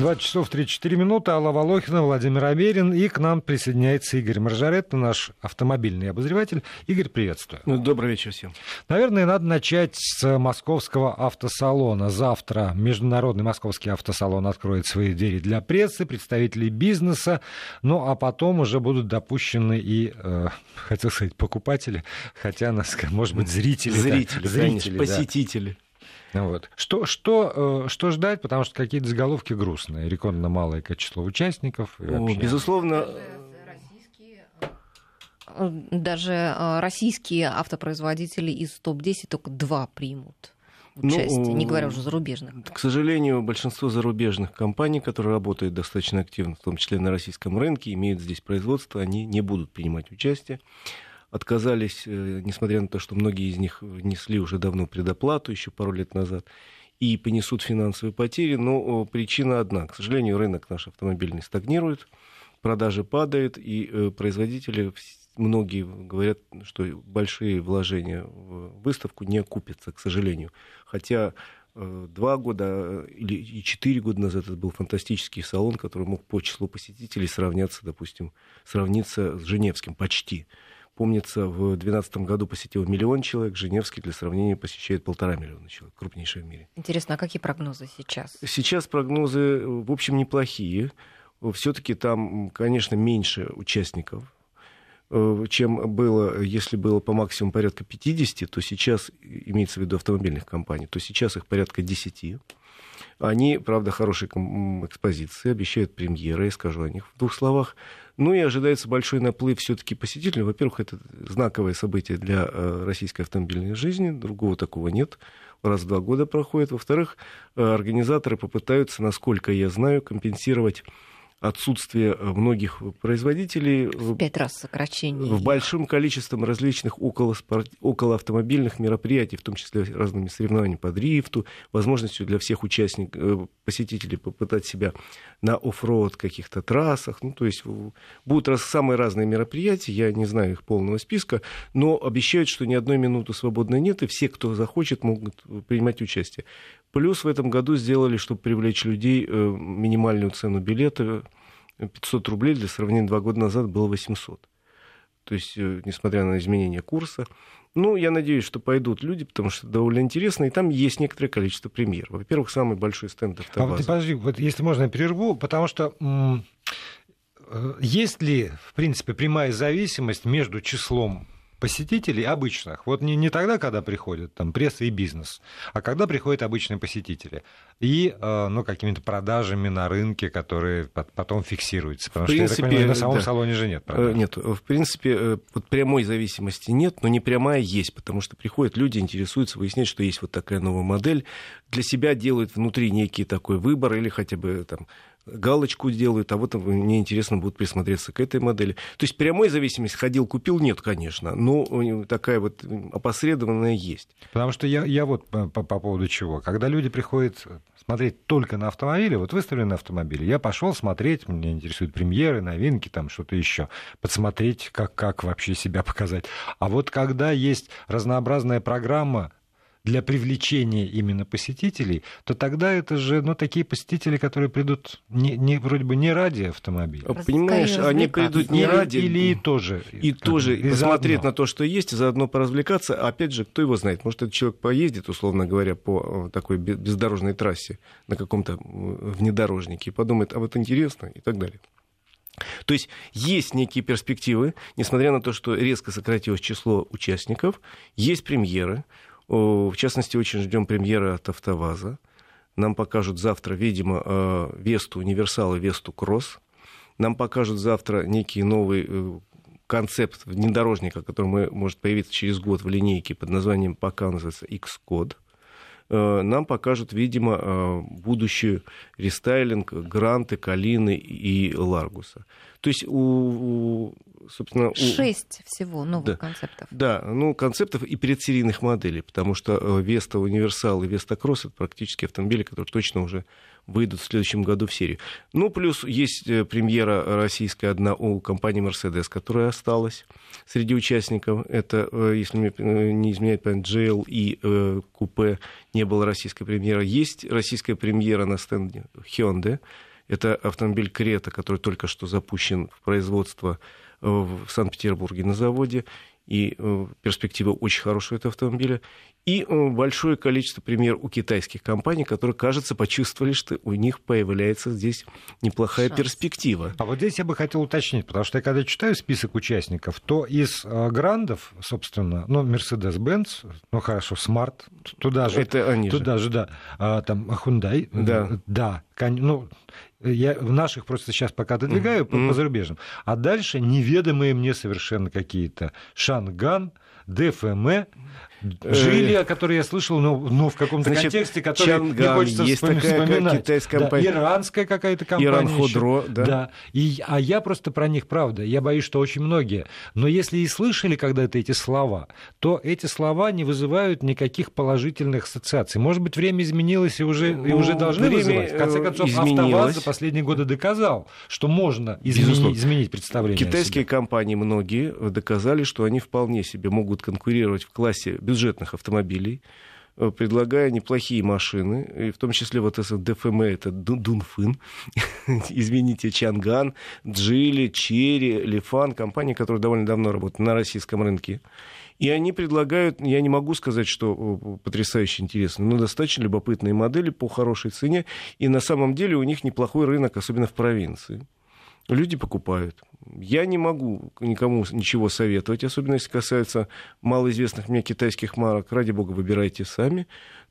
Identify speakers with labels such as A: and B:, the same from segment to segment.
A: 20 часов 34 минуты. Алла Волохина, Владимир Аверин. И к нам присоединяется Игорь Маржарет, наш автомобильный обозреватель. Игорь, приветствую.
B: Добрый вечер всем.
A: Наверное, надо начать с московского автосалона. Завтра Международный московский автосалон откроет свои двери для прессы, представителей бизнеса. Ну, а потом уже будут допущены и, хотел сказать, покупатели, хотя, может быть, зрители.
B: Зрители, посетители.
A: Вот. Что ждать, потому что какие-то заголовки грустные. Рекордно малое число участников.
B: Безусловно.
C: Даже российские автопроизводители из топ-10 только 2 примут участие, не говоря уже зарубежных.
B: К сожалению, большинство зарубежных компаний, которые работают достаточно активно, в том числе на российском рынке, имеют здесь производство, они не будут принимать участие. Отказались, несмотря на то, что многие из них внесли уже давно предоплату, еще пару лет назад, и понесут финансовые потери. Но причина одна. К сожалению, рынок наш автомобильный стагнирует, продажи падают, и производители, многие говорят, что большие вложения в выставку не окупятся, к сожалению. Хотя 2 года или 4 года назад это был фантастический салон, который мог по числу посетителей сравниться с Женевским почти. Помнится, в 2012 году посетил 1 миллион человек, Женевский, для сравнения, посещает 1,5 миллиона человек, крупнейший в мире.
C: Интересно, а какие прогнозы сейчас?
B: Сейчас прогнозы, в общем, неплохие. Все-таки там, конечно, меньше участников, чем было, если было по максимуму порядка 50, то сейчас, имеется в виду автомобильных компаний, то сейчас их порядка 10. Они, правда, хорошие экспозиции, обещают премьеры, я скажу о них в 2 словах. Ну и ожидается большой наплыв все-таки посетителей. Во-первых, это знаковое событие для российской автомобильной жизни, другого такого нет. Раз в 2 года проходит. Во-вторых, организаторы попытаются, насколько я знаю, компенсировать отсутствие многих производителей
C: в 5 раз сокращение
B: в большом количестве различных околоавтомобильных мероприятий, в том числе разными соревнованиями по дрифту, возможностью для всех участников, посетителей попытать себя на оффроуд каких-то трассах. Ну, то есть будут самые разные мероприятия, я не знаю их полного списка, но обещают, что ни одной минуты свободной нет, и все, кто захочет, могут принимать участие. Плюс в этом году сделали, чтобы привлечь людей, минимальную цену билета 500 рублей, для сравнения 2 года назад было 800. То есть, несмотря на изменение курса. Ну, я надеюсь, что пойдут люди, потому что довольно интересно, и там есть некоторое количество премьер. Во-первых, самый большой стенд «АвтоВАЗа».
A: Подожди, вот если можно, я прерву, потому что есть ли, в принципе, прямая зависимость между числом посетителей обычных, вот не тогда, когда приходят там пресса и бизнес, а когда приходят обычные посетители, и какими-то продажами на рынке, которые потом фиксируются, потому что, я так понимаю, на самом салоне же нет продаж.
B: Нет, в принципе, вот прямой зависимости нет, но непрямая есть, потому что приходят люди, интересуются, выясняют, что есть вот такая новая модель, для себя делают внутри некий такой выбор, или хотя бы там галочку делают, а вот мне интересно будет присмотреться к этой модели. То есть прямой зависимости ходил, купил, нет, конечно, но такая вот опосредованная есть.
A: Потому что я вот по поводу чего. Когда люди приходят смотреть только на автомобили, вот выставлены автомобили, я пошел смотреть, меня интересуют премьеры, новинки, там что-то еще, подсмотреть, как вообще себя показать. А вот когда есть разнообразная программа для привлечения именно посетителей, то тогда это же такие посетители, которые придут вроде бы не ради автомобиля.
B: Понимаешь, они придут не ради...
A: Или тоже.
B: И тоже посмотреть на то, что есть, и заодно поразвлекаться. Опять же, кто его знает, может, этот человек поездит, условно говоря, по такой бездорожной трассе на каком-то внедорожнике и подумает, а вот интересно, и так далее. То есть есть некие перспективы, несмотря на то, что резко сократилось число участников, есть премьеры. В частности, очень ждем премьеры от «АвтоВАЗа». Нам покажут завтра, видимо, Весту Универсал и Весту Кросс. Нам покажут завтра некий новый концепт внедорожника, который может появиться через год в линейке под названием, пока называется, X-Code. Нам покажут, видимо, будущий рестайлинг Гранты, Калины и Ларгуса. То есть, собственно...
C: 6 всего новых концептов.
B: Да, концептов и предсерийных моделей, потому что Веста Универсал и Веста Кросс — это практически автомобили, которые точно уже выйдут в следующем году в серию. Плюс есть премьера российская одна у компании «Мерседес», которая осталась среди участников. Это, если мне не изменяет память, GL и купе, не было российской премьеры. Есть российская премьера на стенде Hyundai. Это автомобиль Крета, который только что запущен в производство в Санкт-Петербурге на заводе. И перспектива очень хорошая этого автомобиля. И большое количество примеров у китайских компаний, которые, кажется, почувствовали, что у них появляется здесь неплохая перспектива.
A: А вот здесь я бы хотел уточнить, потому что я когда читаю список участников, то из грандов, собственно, Mercedes-Benz, хорошо, Smart, туда же.
B: Это они
A: туда же, да. Там Hyundai. Да. Я в наших просто сейчас пока додвигаю по зарубежным. А дальше неведомые мне совершенно какие-то Шанган, ДФМ, Джили, который я слышал, но в каком-то контексте, который не хочется вспоминать.
B: Китайская компания.
A: Иранская какая-то компания.
B: Иран-Ходро, да.
A: А я просто про них, правда, я боюсь, что очень многие. Но если и слышали когда-то эти слова, то эти слова не вызывают никаких положительных ассоциаций. Может быть, время изменилось и уже должны вызывать. В конце концов, АвтоВАЗ за последние годы доказал, что можно изменить представление.
B: Китайские компании многие доказали, что они вполне себе могут конкурировать в классе бюджетных автомобилей, предлагая неплохие машины, и в том числе вот это ДФМ, это Дунфын, извините, Чанган, Джили, Черри, Лифан, компании, которые довольно давно работают на российском рынке. И они предлагают, я не могу сказать, что потрясающе интересно, но достаточно любопытные модели по хорошей цене, и на самом деле у них неплохой рынок, особенно в провинции. Люди покупают. Я не могу никому ничего советовать, особенно если касается малоизвестных мне китайских марок. Ради бога, выбирайте сами.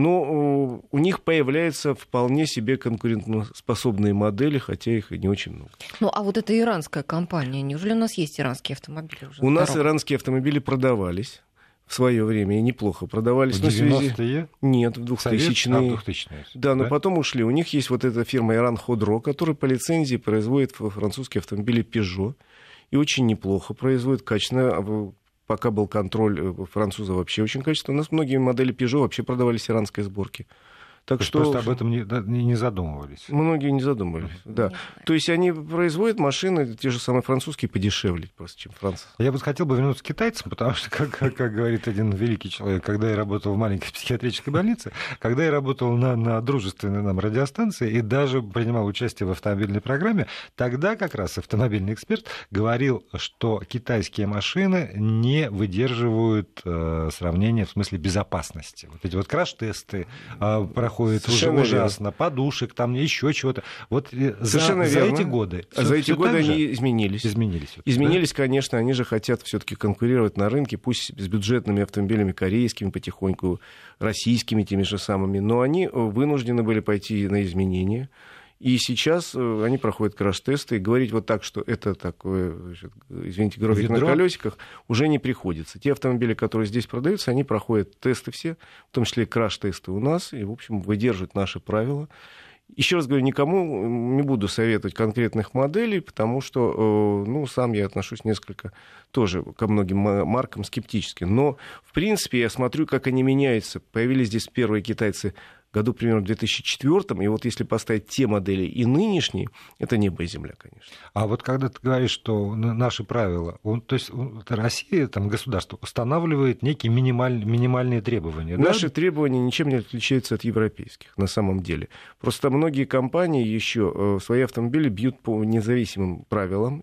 B: Но у них появляются вполне себе конкурентоспособные модели, хотя их и не очень много.
C: А вот эта иранская компания, неужели у нас есть иранские автомобили уже?
B: У нас иранские автомобили продавались в свое время и неплохо продавались.
A: В 90-е?
B: Нет, в 2000-е. Да, но потом ушли. У них есть вот эта фирма Иран-Ходро, которая по лицензии производит французские автомобили Peugeot. И очень неплохо производит, качественно. Пока был контроль француза, вообще очень качественно. У нас многие модели Peugeot вообще продавались иранской сборки. Так что
A: просто об этом не задумывались.
B: Многие не задумывались, да. То есть они производят машины, те же самые французские, подешевле просто, чем Франция.
A: Я бы хотел вернуться к китайцам, потому что, как говорит один великий человек, когда я работал в маленькой психиатрической больнице, когда я работал на дружественной нам радиостанции и даже принимал участие в автомобильной программе, тогда как раз автомобильный эксперт говорил, что китайские машины не выдерживают сравнения в смысле безопасности. Вот эти вот краш-тесты проходят уже ужасно, подушек, там еще чего-то. Вот за эти годы.
B: За эти годы они изменились.
A: Изменились,
B: конечно, они же хотят все-таки конкурировать на рынке, пусть с бюджетными автомобилями корейскими потихоньку, российскими теми же самыми, но они вынуждены были пойти на изменения. И сейчас они проходят краш-тесты, и говорить вот так, что это такое, извините, гробик на колесиках, уже не приходится. Те автомобили, которые здесь продаются, они проходят тесты все, в том числе и краш-тесты у нас, и, в общем, выдерживают наши правила. Еще раз говорю, никому не буду советовать конкретных моделей, потому что, сам я отношусь несколько тоже ко многим маркам скептически. Но, в принципе, я смотрю, как они меняются. Появились здесь первые китайцы году, примерно, в 2004, и вот если поставить те модели и нынешние, это небо и земля, конечно.
A: А вот когда ты говоришь, что наши правила, то есть Россия, там, государство устанавливает некие минимальные требования,
B: Наши требования ничем не отличаются от европейских, на самом деле. Просто многие компании еще свои автомобили бьют по независимым правилам.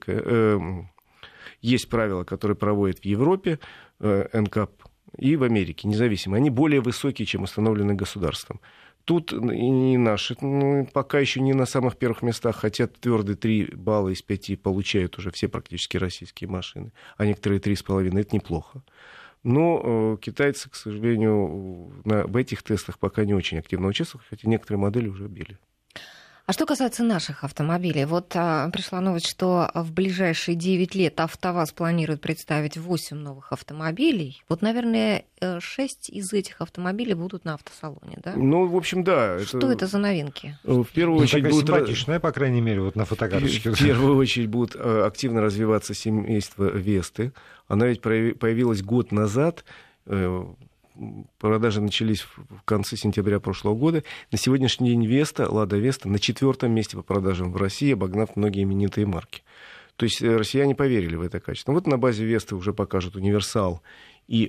B: Есть правила, которые проводят в Европе, НКАП, и в Америке, независимо. Они более высокие, чем установлены государством. Тут и не наши, пока еще не на самых первых местах, хотя твердые 3 балла из 5 получают уже все практически российские машины, а некоторые 3,5, это неплохо. Но китайцы, к сожалению, в этих тестах пока не очень активно участвуют, хотя некоторые модели уже били.
C: А что касается наших автомобилей, вот пришла новость, что в ближайшие 9 лет АвтоВАЗ планирует представить 8 новых автомобилей. Вот, наверное, 6 из этих автомобилей будут на автосалоне, да?
B: В общем, да.
C: Что это за новинки?
B: В первую очередь будут...
A: симпатичная, по крайней мере, вот на фотокарточке.
B: В первую очередь будут активно развиваться семейство Весты. Она ведь появилась год назад. Продажи начались в конце сентября прошлого года. На сегодняшний день Лада Веста на 4-м месте по продажам в России, обогнав многие именитые марки. То есть россияне поверили в это качество. Вот на базе Весты уже покажут Универсал и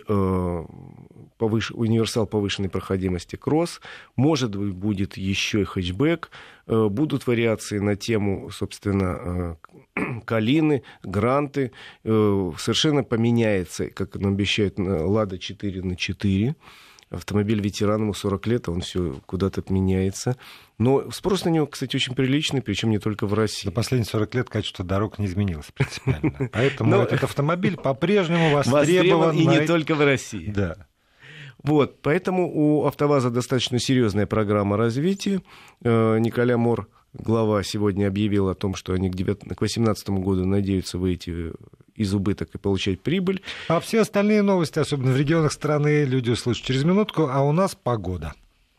B: универсал повышенной проходимости кросс, может быть, будет еще и хэтчбэк, будут вариации на тему, собственно, Калины, Гранты, совершенно поменяется, как нам обещают, Лада 4х4, автомобиль ветеран, ему 40 лет, он все куда-то меняется. Но спрос на него, кстати, очень приличный, причем не только в России.
A: За последние 40 лет качество дорог не изменилось принципиально. Поэтому этот автомобиль по-прежнему востребован.
B: И не только в России.
A: Да.
B: Вот, поэтому у АвтоВАЗа достаточно серьезная программа развития. Николя Мор, глава, сегодня объявил о том, что они к 2018 году надеются выйти из убыток и получать прибыль.
A: А все остальные новости, особенно в регионах страны, люди услышат через минутку, а у нас погода.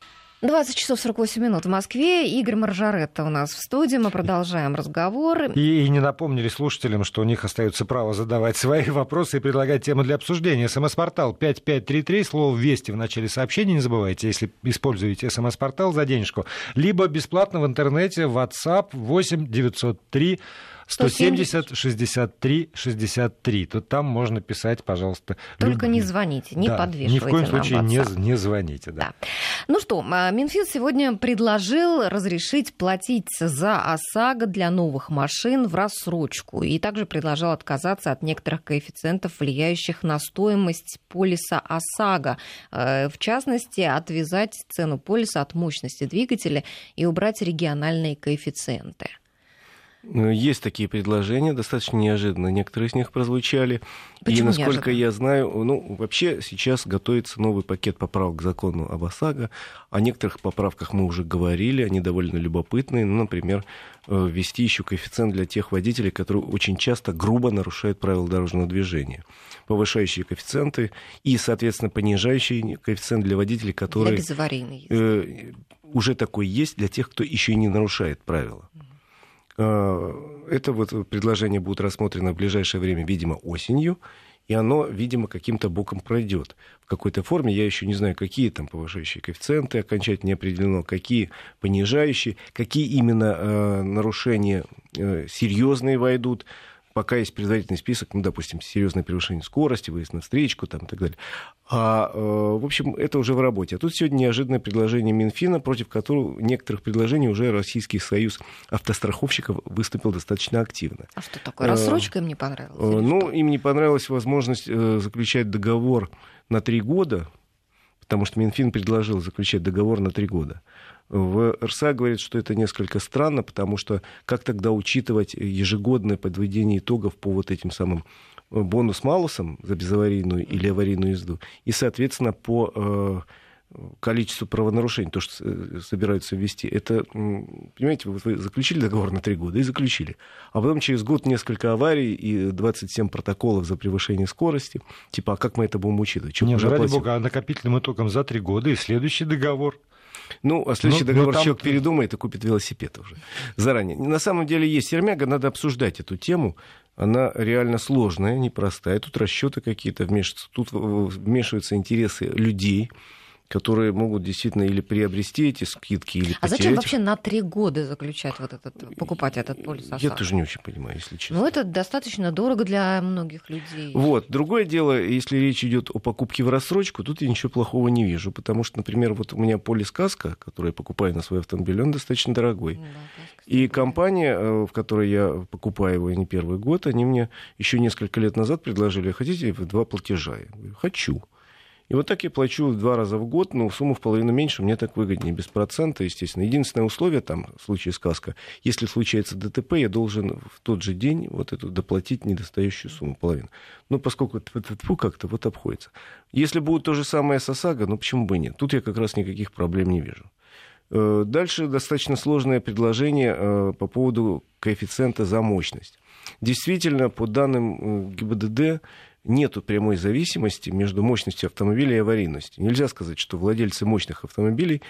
C: 20 часов 48 минут в Москве. Игорь Маржаретта у нас в студии. Мы продолжаем разговор.
A: И не напомнили слушателям, что у них остается право задавать свои вопросы и предлагать темы для обсуждения. СМС-портал 5533, слово «Вести» в начале сообщения. Не забывайте, если используете СМС-портал за денежку. Либо бесплатно в интернете, WhatsApp 8-903 170 63 63. Тут там можно писать, пожалуйста.
C: Только не звоните, не подвешивайте.
A: Ни в коем случае не звоните. Да.
C: Ну что, Минфин сегодня предложил разрешить платить за ОСАГО для новых машин в рассрочку. И также предложил отказаться от некоторых коэффициентов, влияющих на стоимость полиса ОСАГО. В частности, отвязать цену полиса от мощности двигателя и убрать региональные коэффициенты.
B: Есть такие предложения, достаточно неожиданно некоторые из них прозвучали.
C: Почему
B: и, насколько
C: неожиданно?
B: я знаю, вообще сейчас готовится новый пакет поправок к закону об ОСАГО. О некоторых поправках мы уже говорили, они довольно любопытные. Например, ввести еще коэффициент для тех водителей, которые очень часто грубо нарушают правила дорожного движения. Повышающие коэффициенты и, соответственно, понижающий коэффициент для водителей, которые...
C: Для безаварийной.
B: Уже такой есть для тех, кто еще и не нарушает правила. Это предложение будет рассмотрено в ближайшее время, видимо, осенью, и оно, видимо, каким-то боком пройдет. В какой-то форме, я еще не знаю, какие там повышающие коэффициенты окончательно не определено, какие понижающие, какие именно нарушения серьезные войдут. Пока есть предварительный список, допустим, серьезное превышение скорости, выезд на встречку там, и так далее. В общем, это уже в работе. А тут сегодня неожиданное предложение Минфина, против которого некоторых предложений уже Российский союз автостраховщиков выступил достаточно активно.
C: А что такое? Рассрочка им не понравилась?
B: Им не понравилась возможность заключать договор на 3 года, потому что Минфин предложил заключать договор на 3 года. В РСА говорят, что это несколько странно, потому что как тогда учитывать ежегодное подведение итогов по этим самым бонус-малусам за безаварийную или аварийную езду и, соответственно, по количеству правонарушений, то, что собираются ввести. Это, понимаете, вы заключили договор на 3 года и заключили. А потом через год несколько аварий и 27 протоколов за превышение скорости. А как мы это будем учитывать?
A: Ради бога, а накопительным итогом за 3 года и следующий договор.
B: А следующий договор человек передумает и купит велосипед уже заранее. На самом деле есть сермяга, надо обсуждать эту тему. Она реально сложная, непростая. Тут расчеты какие-то вмешиваются. Тут вмешиваются интересы людей, которые могут действительно или приобрести эти скидки, или потерять.
C: А зачем вообще на 3 года заключать покупать этот полис ОСАГО?
B: Я тоже не очень понимаю, если честно.
C: Это достаточно дорого для многих людей.
B: Другое дело, если речь идет о покупке в рассрочку, тут я ничего плохого не вижу, потому что, например, у меня полис КАСКО, который я покупаю на свой автомобиль, он достаточно дорогой. И компания, в которой я покупаю его не первый год, они мне еще несколько лет назад предложили: хотите в 2 платежа? Я говорю: хочу. И так я плачу 2 раза в год, сумму в половину меньше, мне так выгоднее, без процента, естественно. Единственное условие там, в случае с КАСКО, если случается ДТП, я должен в тот же день эту доплатить недостающую сумму, половину. Поскольку как-то обходится. Если будет то же самое с ОСАГО, почему бы нет? Тут я как раз никаких проблем не вижу. Дальше достаточно сложное предложение по поводу коэффициента за мощность. Действительно, по данным ГИБДД, нет прямой зависимости между мощностью автомобиля и аварийностью. Нельзя сказать, что владельцы мощных автомобилей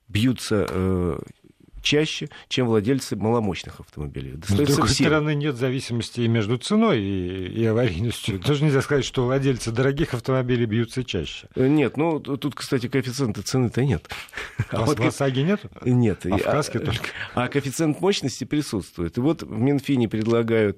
B: бьются чаще, чем владельцы маломощных автомобилей.
A: С другой стороны, нет зависимости и между ценой и аварийностью. Тоже нельзя сказать, что владельцы дорогих автомобилей бьются чаще.
B: Нет, тут, кстати, коэффициента цены-то нет.
A: А в ОСАГО нету?
B: Нет.
A: А в КАСКе только?
B: А коэффициент мощности присутствует. И в Минфине предлагают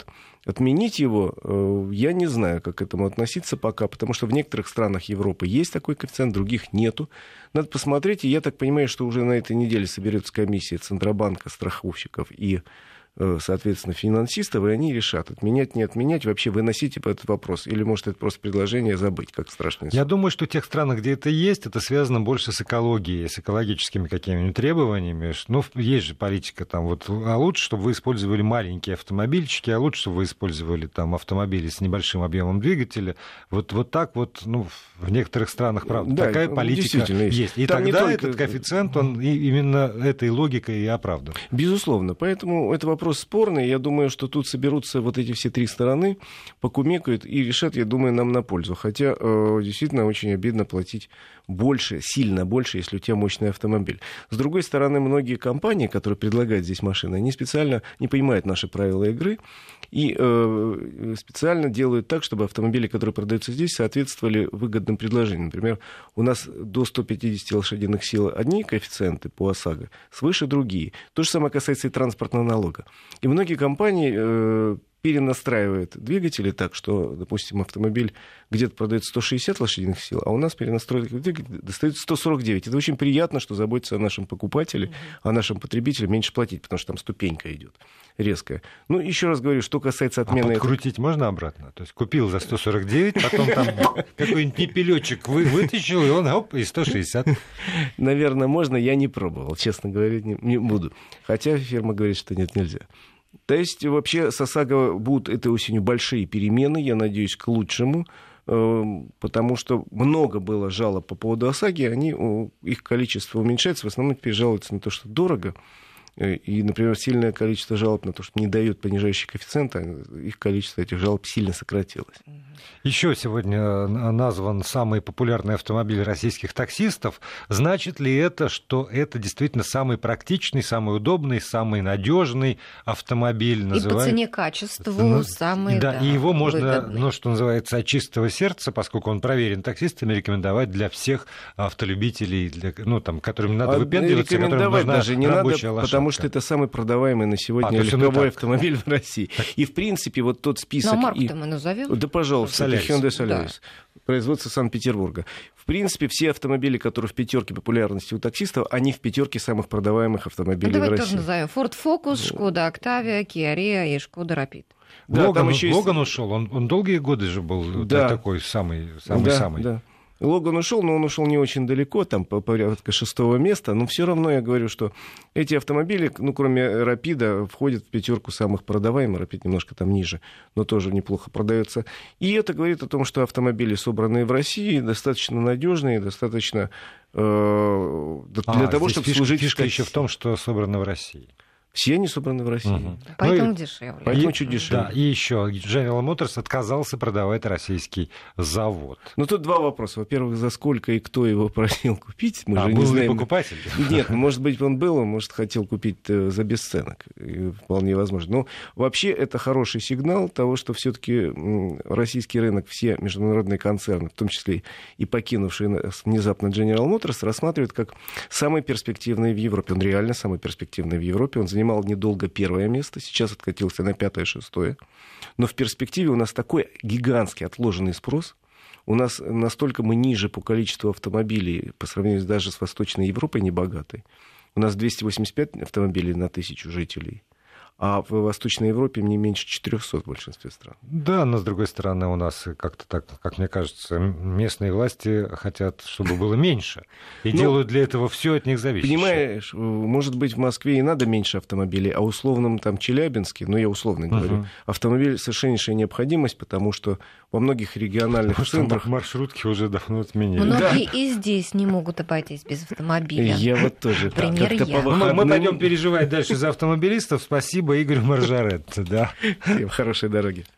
B: Отменить его, я не знаю, как к этому относиться пока, потому что в некоторых странах Европы есть такой коэффициент, в других нету. Надо посмотреть, и я так понимаю, что уже на этой неделе соберется комиссия Центробанка, страховщиков и, соответственно, финансистов, и они решат, отменять, не отменять, вообще выносить этот вопрос. Или, может, это просто предложение забыть, как страшно.
A: Я думаю, что в тех странах, где это есть, это связано больше с экологией, с экологическими какими-нибудь требованиями. Ну, есть же политика там, вот, а лучше, чтобы вы использовали маленькие автомобильчики, а лучше, чтобы вы использовали там автомобили с небольшим объемом двигателя. Вот так вот, ну, в некоторых странах, правда, да, такая политика есть. И там тогда этот коэффициент, он именно этой логикой и оправдан.
B: Безусловно. Поэтому это вопрос спорный. Я думаю, что тут соберутся вот эти все три стороны, покумекают и решат, я думаю, нам на пользу. Хотя действительно очень обидно платить больше, сильно больше, если у тебя мощный автомобиль. С другой стороны, многие компании, которые предлагают здесь машины, они специально не понимают наши правила игры и специально делают так, чтобы автомобили, которые продаются здесь, соответствовали выгодным предложениям. Например, у нас до 150 лошадиных сил одни коэффициенты по ОСАГО, свыше другие. То же самое касается и транспортного налога. И многие компании перенастраивают двигатели так, что, допустим, автомобиль где-то продается 160 лошадиных сил, а у нас перенастроили двигатель, достается 149. Это очень приятно, что заботится о нашем покупателе, о нашем потребителе, меньше платить, потому что там ступенька идет резкая. Ну, еще раз говорю, что касается отмены...
A: А подкрутить можно обратно? То есть купил за 149, потом там какой-нибудь непилетчик вытащил, и он, оп, и 160.
B: Наверное, можно, я не пробовал, честно говоря, не буду. Хотя фирма говорит, что нет, нельзя. То есть вообще с ОСАГО будут этой осенью большие перемены, я надеюсь, к лучшему, потому что много было жалоб по поводу ОСАГО, их количество уменьшается, в основном теперь жалуются на то, что дорого. И, например, сильное количество жалоб на то, что не дают понижающий коэффициент, их количество этих жалоб сильно сократилось.
A: Еще сегодня назван самый популярный автомобиль российских таксистов. Значит ли это, что это действительно самый практичный, самый удобный, самый надежный автомобиль?
C: И по цене качеству самый
A: да, и его можно,
C: выгодный.
A: Что называется, от чистого сердца, поскольку он проверен таксистами, рекомендовать для всех автолюбителей, которым надо выпендриваться, которым нужна
B: даже не
A: рабочая
B: надо,
A: лошадка.
B: Потому что это самый продаваемый на сегодня легковой автомобиль в России. И, в принципе, вот тот список...
C: Ну, а марку-то мы назовем?
B: Да, пожалуйста, это Hyundai Solaris. Да. Производство Санкт-Петербурга. В принципе, все автомобили, которые в пятерке популярности у таксистов, они в пятерке самых продаваемых автомобилей в России.
C: Давайте тоже назовем. Ford Focus, Skoda Octavia, Kia Rio и Skoda Rapid.
A: Да, Логан ушел, он долгие годы же был такой самый.
B: Да. Логан ушел, но он ушел не очень далеко, там по порядка 6-го места, но все равно я говорю, что эти автомобили, кроме Рапида, входят в пятерку самых продаваемых. Рапид немножко там ниже, но тоже неплохо продается. И это говорит о том, что автомобили, собранные в России, достаточно надежные, достаточно для того, чтобы служить...
A: Фишка еще в том, что собраны в России.
B: Все они собраны в России. Угу.
C: Поэтому дешевле.
B: Поэтому чуть дешевле.
A: Да, и еще General Motors отказался продавать российский завод.
B: Тут два вопроса. Во-первых, за сколько и кто его просил купить? Мы же
A: был
B: не знаем.
A: Ли покупатель?
B: Нет, может быть, он был, он, может, хотел купить за бесценок. Вполне возможно. Но вообще это хороший сигнал того, что все-таки российский рынок, все международные концерны, в том числе и покинувшие внезапно General Motors, рассматривают как самый перспективный в Европе. Он реально самый перспективный в Европе. Он занимал недолго первое место, сейчас откатился на 5-6. Но в перспективе у нас такой гигантский отложенный спрос. У нас настолько мы ниже по количеству автомобилей по сравнению даже с Восточной Европой небогатой. У нас 285 автомобилей на 1000 жителей. А в Восточной Европе не меньше 400 в большинстве стран.
A: Да, но, с другой стороны, у нас как-то так, как мне кажется, местные власти хотят, чтобы было меньше. И делают для этого все от них зависящее.
B: Понимаешь, может быть, в Москве и надо меньше автомобилей, а условном там Челябинске, я условно говорю, автомобиль совершеннейшая необходимость, потому что во многих региональных центрах...
A: Маршрутки уже давно отменили.
C: Многие и здесь не могут обойтись без автомобиля.
B: Я вот тоже.
C: Пример я.
A: Мы пойдем переживать дальше за автомобилистов. Спасибо Игорю Маржаретто. Да.
B: Всем хорошей дороги.